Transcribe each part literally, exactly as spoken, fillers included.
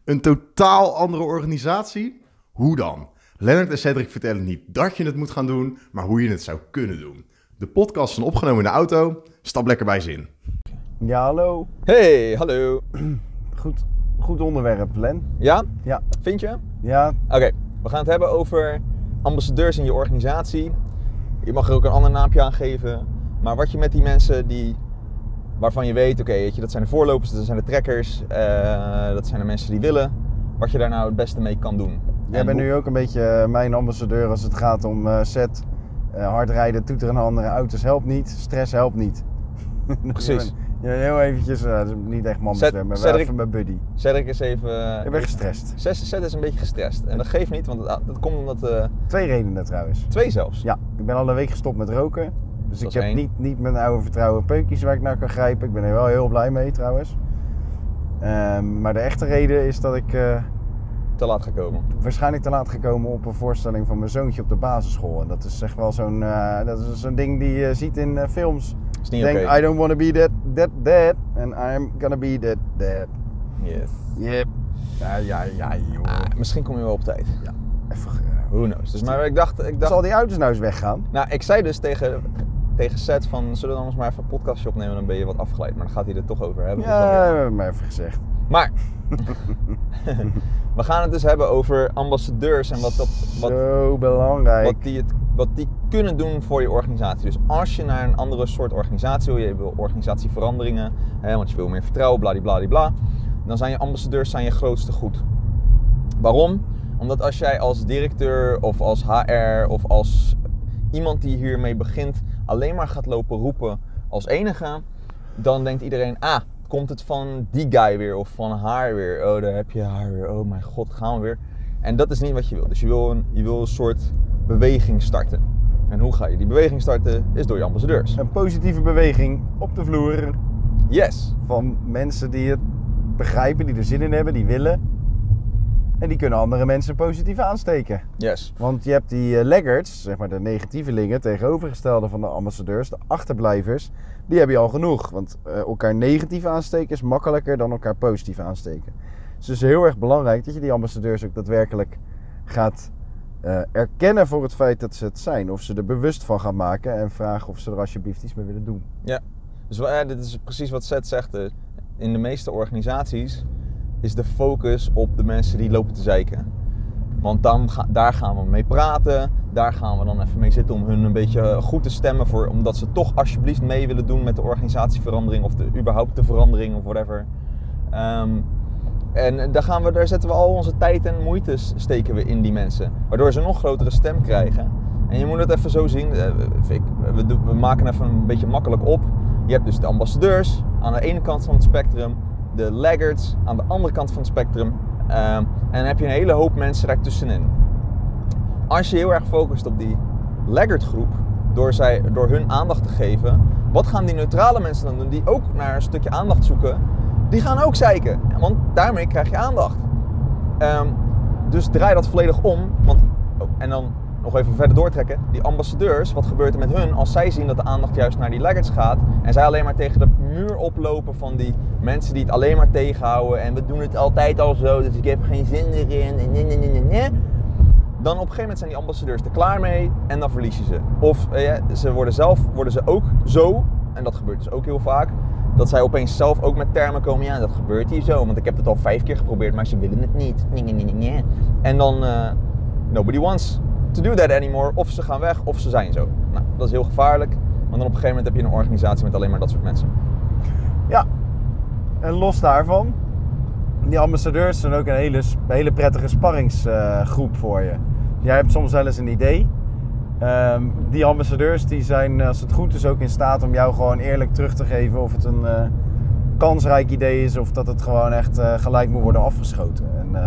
Een totaal andere organisatie? Hoe dan? Lennart en Cedric vertellen niet dat je het moet gaan doen, maar hoe je het zou kunnen doen. De podcast is opgenomen in de auto. Stap lekker bij ze in. Ja, hallo. Hey, hallo. Goed, goed onderwerp, Len. Ja? Ja. Vind je? Ja. Oké, okay, we gaan het hebben over ambassadeurs in je organisatie. Je mag er ook een ander naampje aan geven. Maar wat je met die mensen die, waarvan je weet, oké, okay, dat zijn de voorlopers, dat zijn de trekkers, uh, dat zijn de mensen die willen. Wat je daar nou het beste mee kan doen. Jij en bent hoe... nu ook een beetje mijn ambassadeur als het gaat om uh, set, uh, hard rijden, toeteren naar andere auto's helpt niet, stress helpt niet. Precies. Ja, heel eventjes, uh, niet echt man-ambassadeur, maar wel even mijn buddy. Cedric is even... Uh, ik ben gestrest. Cedric is een beetje gestrest. En dat geeft niet, want dat, dat komt omdat... Uh, Twee redenen trouwens. Twee zelfs? Ja, ik ben al een week gestopt met roken. Dus dat ik heb één. niet, niet mijn oude vertrouwen peukjes waar ik naar kan grijpen. Ik ben er wel heel blij mee trouwens. Um, maar de echte reden is dat ik... Uh, te laat gekomen. Waarschijnlijk te laat gekomen op een voorstelling van mijn zoontje op de basisschool. En dat is echt wel zo'n, uh, dat is zo'n ding die je ziet in uh, films. Is niet denk, okay. I don't want to be that, that, that. And I'm gonna be that, that. Yes. Yep. Ja, ja, ja, joh. Ah, misschien kom je wel op tijd. Ja. Even, uh, Who knows. Dus, maar ik dacht... Ik dacht Zal die auto's nou eens weggaan? Nou, ik zei dus tegen, tegen Seth van, zullen we dan eens maar even een podcastje opnemen, dan ben je wat afgeleid. Maar dan gaat hij er toch over hebben. Ja, we hebben maar even gezegd. Maar, we gaan het dus hebben over ambassadeurs en wat dat... Wat, Zo belangrijk. Wat die, het, wat die kunnen doen voor je organisatie. Dus als je naar een andere soort organisatie wil, je wil organisatieveranderingen, hè, want je wil meer vertrouwen, bladibladibla, dan zijn je ambassadeurs zijn je grootste goed. Waarom? Omdat als jij als directeur of als H R of als iemand die hiermee begint alleen maar gaat lopen roepen als enige, dan denkt iedereen, ah, komt het van die guy weer of van haar weer. Oh, daar heb je haar weer. Oh mijn god, gaan we weer. En dat is niet wat je wil. Dus je wil een, je wil een soort beweging starten. En hoe ga je die beweging starten? Is door je ambassadeurs. Een positieve beweging op de vloer. Yes. Van mensen die het begrijpen, die er zin in hebben, die willen. En die kunnen andere mensen positief aansteken. Yes. Want je hebt die uh, laggards, zeg maar de negatievelingen, tegenovergestelde van de ambassadeurs, de achterblijvers, die heb je al genoeg. Want uh, elkaar negatief aansteken is makkelijker dan elkaar positief aansteken. Dus het is heel erg belangrijk dat je die ambassadeurs ook daadwerkelijk gaat uh, erkennen voor het feit dat ze het zijn. Of ze er bewust van gaan maken en vragen of ze er alsjeblieft iets mee willen doen. Ja, dus uh, dit is precies wat Seth zegt. Uh, in de meeste organisaties is de focus op de mensen die lopen te zeiken. Want dan ga, daar gaan we mee praten. Daar gaan we dan even mee zitten om hun een beetje goed te stemmen. Voor, omdat ze toch alsjeblieft mee willen doen met de organisatieverandering. Of de, überhaupt de verandering of whatever. Um, en daar, gaan we, daar zetten we al onze tijd en moeite steken we in die mensen. Waardoor ze een nog grotere stem krijgen. En je moet het even zo zien. Uh, ik, we, we maken even een beetje makkelijk op. Je hebt dus de ambassadeurs aan de ene kant van het spectrum. De laggards aan de andere kant van het spectrum. Uh, en dan heb je een hele hoop mensen daartussenin. Als je heel erg focust op die laggard groep, door, zij, door hun aandacht te geven, wat gaan die neutrale mensen dan doen die ook naar een stukje aandacht zoeken? Die gaan ook zeiken, want daarmee krijg je aandacht. Um, dus draai dat volledig om. Want, oh, en dan nog even verder doortrekken. Die ambassadeurs, wat gebeurt er met hun als zij zien dat de aandacht juist naar die laggards gaat en zij alleen maar tegen de muur oplopen van die mensen die het alleen maar tegenhouden en we doen het altijd al zo, dus ik heb geen zin erin en nee, nee, nee, nee, nee. Dan op een gegeven moment zijn die ambassadeurs er klaar mee en dan verlies je ze. Of eh, ze worden zelf worden ze ook zo, en dat gebeurt dus ook heel vaak, dat zij opeens zelf ook met termen komen, ja dat gebeurt hier zo, want ik heb het al vijf keer geprobeerd, maar ze willen het niet. Nee, nee, nee, nee. En dan, uh, nobody wants to do that anymore, of ze gaan weg of ze zijn zo. Nou, dat is heel gevaarlijk, want dan op een gegeven moment heb je een organisatie met alleen maar dat soort mensen. Ja, en los daarvan, die ambassadeurs zijn ook een hele, hele prettige sparringsgroep uh, voor je. Jij hebt soms wel eens een idee. Um, die ambassadeurs die zijn, als het goed is, ook in staat om jou gewoon eerlijk terug te geven of het een uh, kansrijk idee is of dat het gewoon echt uh, gelijk moet worden afgeschoten. En, uh,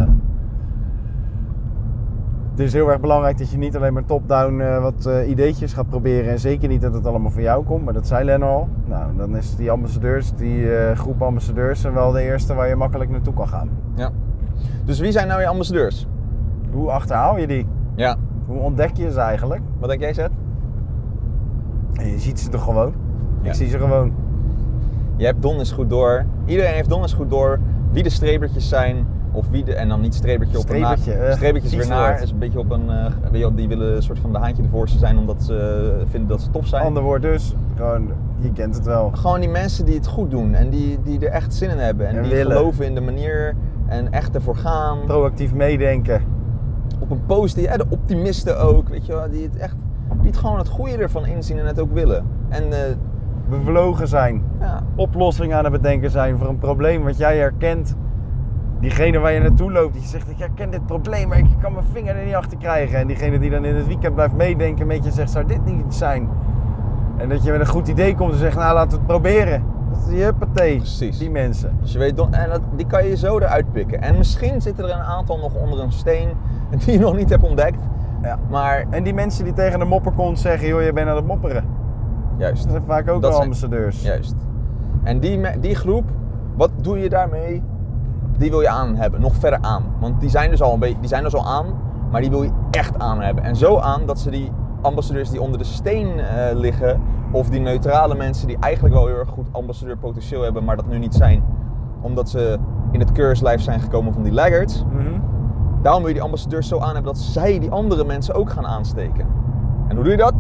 het is heel erg belangrijk dat je niet alleen maar top-down uh, wat uh, ideetjes gaat proberen en zeker niet dat het allemaal van jou komt, maar dat zei Len al. Nou, dan is die ambassadeurs, die uh, groep ambassadeurs zijn wel de eerste waar je makkelijk naartoe kan gaan. Ja. Dus wie zijn nou je ambassadeurs? Hoe achterhaal je die? Ja. Hoe ontdek je ze eigenlijk? Wat denk jij, Zet? En je ziet ze toch gewoon? Ja. Ik zie ze gewoon. Je hebt donders goed door. Iedereen heeft donders goed door wie de strebertjes zijn. Of wie de, en dan niet strebertje op Strebertje, een na, uh, strebertjes weer naar. woord. Is een beetje op een, uh, die willen een soort van de haantje de voorste zijn omdat ze uh, vinden dat ze tof zijn. Ander woord dus, gewoon, je kent het wel. Gewoon die mensen die het goed doen en die, die er echt zin in hebben. En, En die willen. geloven in de manier en echt ervoor gaan. Proactief meedenken. Op een positieve, ja, de optimisten ook, weet je wel. Die het echt, die het gewoon het goede ervan inzien en het ook willen. En uh, Bevlogen zijn. ja, Oplossingen aan het bedenken zijn voor een probleem wat jij herkent. Diegene waar je naartoe loopt, die zegt ik herken dit probleem, maar ik kan mijn vinger er niet achter krijgen. En diegene die dan in het weekend blijft meedenken met je zegt, zou dit niet iets zijn? En dat je met een goed idee komt en zegt, nou laten we het proberen. Dat is die huppatee, Precies. die mensen. dus je weet, don- en dat, die kan je zo eruit pikken. En misschien zitten er een aantal nog onder een steen die je nog niet hebt ontdekt. Ja. Maar En die mensen die tegen de mopperkont zeggen, joh, je bent aan het mopperen. juist, Dat zijn vaak ook Dat wel zijn- ambassadeurs. juist. En die, me- die groep, wat doe je daarmee? Die wil je aan hebben, nog verder aan. Want die zijn dus al een beetje, die zijn dus al aan, maar die wil je echt aan hebben. En zo aan dat ze die ambassadeurs die onder de steen uh, liggen, of die neutrale mensen die eigenlijk wel heel erg goed ambassadeurpotentieel hebben, maar dat nu niet zijn, omdat ze in het keurslijf zijn gekomen van die laggards. Mhm. Daarom wil je die ambassadeurs zo aan hebben dat zij die andere mensen ook gaan aansteken. En hoe doe je dat?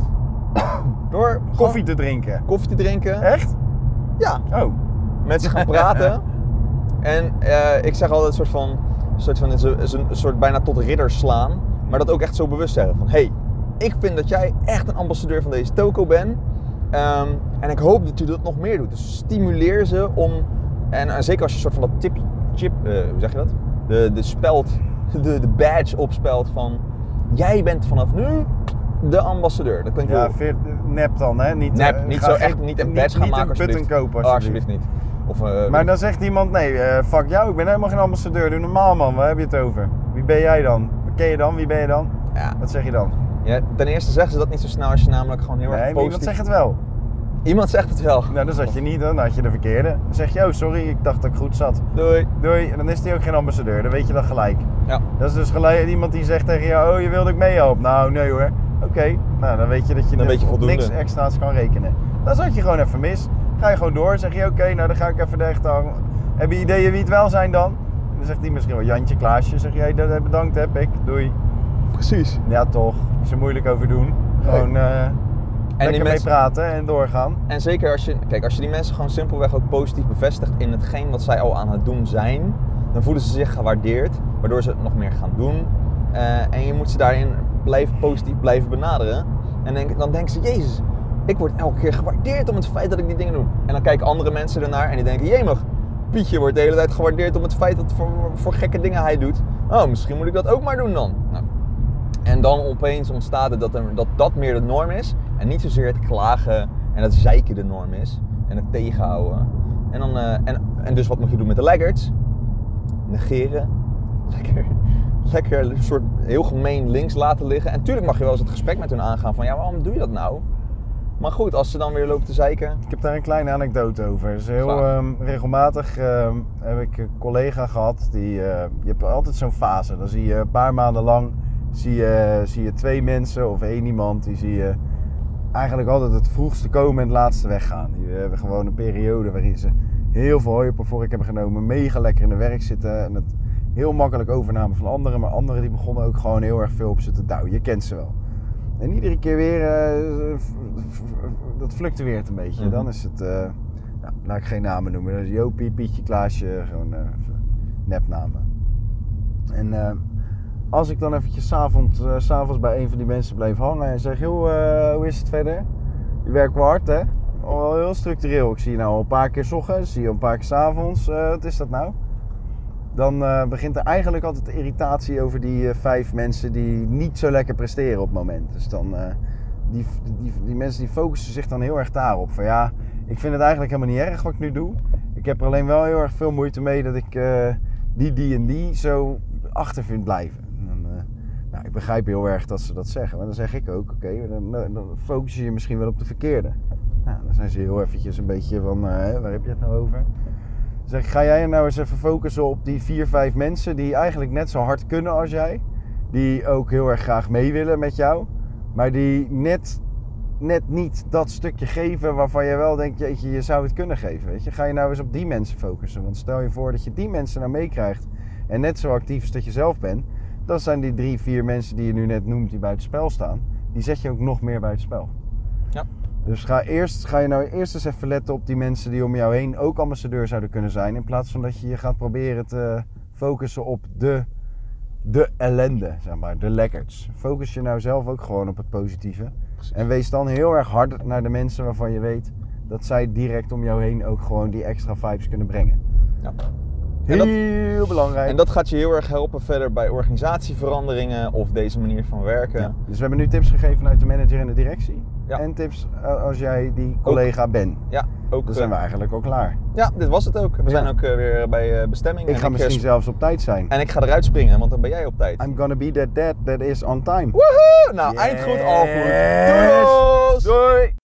Door Koffie te drinken. koffie te drinken. Echt? Ja, Oh. met ze gaan praten. En uh, ik zeg altijd een soort van, een soort van, is een, is een soort bijna tot ridder slaan. Maar dat ook echt zo bewust zeggen van, hé, hey, ik vind dat jij echt een ambassadeur van deze toko bent. Um, en ik hoop dat je dat nog meer doet. Dus stimuleer ze om, en uh, zeker als je een soort van dat tip, chip, uh, hoe zeg je dat? De, de speld, de, de badge opspelt van, jij bent vanaf nu de ambassadeur. Dat klinkt Ja, heel... veer- nep dan, hè? Niet, Nep, eh, niet ga zo geen- echt, niet een badge gaan niet maken een button alsjeblieft. kopen, Oh, alsjeblieft. alsjeblieft niet. Of, uh, Maar dan zegt iemand, nee, uh, fuck jou, ik ben helemaal geen ambassadeur. Doe normaal man, waar heb je het over? Wie ben jij dan? Wat ken je dan? Wie ben je dan? ja. Wat zeg je dan? Ja, ten eerste zeggen ze dat niet zo snel als je namelijk gewoon heel Nee, erg maar positief... iemand zegt het wel. Iemand zegt het wel. Nou, dan zat je niet, dan had je de verkeerde. Dan zeg je, oh sorry, ik dacht dat ik goed zat. Doei. Doei, en dan is hij ook geen ambassadeur, dan weet je dat gelijk. Ja. Dat is dus gelijk iemand die zegt tegen jou, oh je wilde ik meehelpen. Nou, nee hoor. Oké, okay. Nou dan weet je dat je, Dan net weet je op voldoende. niks extra's kan rekenen. Dan zat je gewoon even mis. Ga je gewoon door, zeg je oké, okay, nou dan ga ik even de echt aan. Heb je ideeën wie het wel zijn dan? En dan zegt hij misschien wel Jantje, Klaasje. Zeg jij, hey, bedankt heb ik, doei. Precies. Ja toch, niet zo moeilijk over doen. Gewoon uh, lekker mee mensen... praten en doorgaan. En zeker als je, kijk, als je die mensen gewoon simpelweg ook positief bevestigt in hetgeen wat zij al aan het doen zijn, dan voelen ze zich gewaardeerd, waardoor ze het nog meer gaan doen. Uh, en je moet ze daarin blijven positief blijven benaderen. En denk, dan denken ze, jezus, ik word elke keer gewaardeerd om het feit dat ik die dingen doe. En dan kijken andere mensen ernaar en die denken, jemig, Pietje wordt de hele tijd gewaardeerd om het feit dat voor, voor gekke dingen hij doet. Oh, misschien moet ik dat ook maar doen dan. Nou. En dan opeens ontstaat het dat, er, dat dat meer de norm is. En niet zozeer het klagen en het zeiken de norm is. En het tegenhouden. En, dan, uh, en, en dus wat moet je doen met de laggards? Negeren. Lekker, lekker een soort heel gemeen links laten liggen. En tuurlijk mag je wel eens het gesprek met hun aangaan van ja, waarom doe je dat nou? Maar goed, als ze dan weer lopen te zeiken. Ik heb daar een kleine anekdote over. Dus heel Graag. um, regelmatig um, heb ik een collega gehad die, uh, je hebt altijd zo'n fase. Dan zie je een paar maanden lang zie je, zie je twee mensen of één iemand die zie je eigenlijk altijd het vroegste komen en het laatste weggaan. Die hebben gewoon een periode waarin ze heel veel hooipervorik hebben genomen, mega lekker in de werk zitten en het heel makkelijk overnamen van anderen. Maar anderen die begonnen ook gewoon heel erg veel op ze te douwen. Je kent ze wel. En iedere keer weer, uh, dat fluctueert een beetje. Mm-hmm. Dan is het, uh, nou, laat ik geen namen noemen. Dat is Jopie, Pietje, Klaasje, gewoon uh, nepnamen. En uh, als ik dan eventjes s'avonds, uh, s'avonds bij een van die mensen bleef hangen en zeg, joh, uh, hoe is het verder? Je werkt wel hard, hè? Al heel structureel. Ik zie je nou al een paar keer 's ochtends, zie je een paar keer 's avonds. Uh, wat is dat nou? Dan uh, begint er eigenlijk altijd irritatie over die uh, vijf mensen die niet zo lekker presteren op het moment. Dus dan, uh, die, die, die mensen die focussen zich dan heel erg daarop. Van ja, ik vind het eigenlijk helemaal niet erg wat ik nu doe. Ik heb er alleen wel heel erg veel moeite mee dat ik uh, die, die en die zo achter vind blijven. En dan, uh, nou, ik begrijp heel erg dat ze dat zeggen. Maar dan zeg ik ook, oké, okay, dan, dan focus je je misschien wel op de verkeerde. Nou, dan zijn ze heel eventjes een beetje van, uh, waar heb je het nou over? Zeg, ga jij nou eens even focussen op die vier, vijf mensen die eigenlijk net zo hard kunnen als jij. Die ook heel erg graag mee willen met jou. Maar die net net niet dat stukje geven waarvan je wel denkt, jeetje, je zou het kunnen geven. Weet je? Ga je nou eens op die mensen focussen. Want stel je voor dat je die mensen nou meekrijgt en net zo actief is dat je zelf bent, dan zijn die drie, vier mensen die je nu net noemt die buitenspel staan, die zet je ook nog meer buitenspel. Ja. Dus ga, eerst, ga je nou eerst eens even letten op die mensen die om jou heen ook ambassadeur zouden kunnen zijn. In plaats van dat je je gaat proberen te focussen op de, de ellende, zeg maar, de lekkerds. Focus je nou zelf ook gewoon op het positieve. Precies. En wees dan heel erg hard naar de mensen waarvan je weet dat zij direct om jou heen ook gewoon die extra vibes kunnen brengen. Ja. Heel dat, belangrijk. En dat gaat je heel erg helpen verder bij organisatieveranderingen of deze manier van werken. Ja. Dus we hebben nu tips gegeven uit de manager en de directie. Ja. En tips als jij die collega ook. bent. Ja, ook. Dan zijn we eigenlijk al klaar. Ja, dit was het ook. We Ja. zijn ook uh, weer bij uh, bestemming. Ik en ga ik, misschien uh, zelfs op tijd zijn. En ik ga eruit springen, want dan ben jij op tijd. I'm gonna be that dad that is on time. Woehoe! Nou, Yes. eind goed, al goed. Doei! Doei!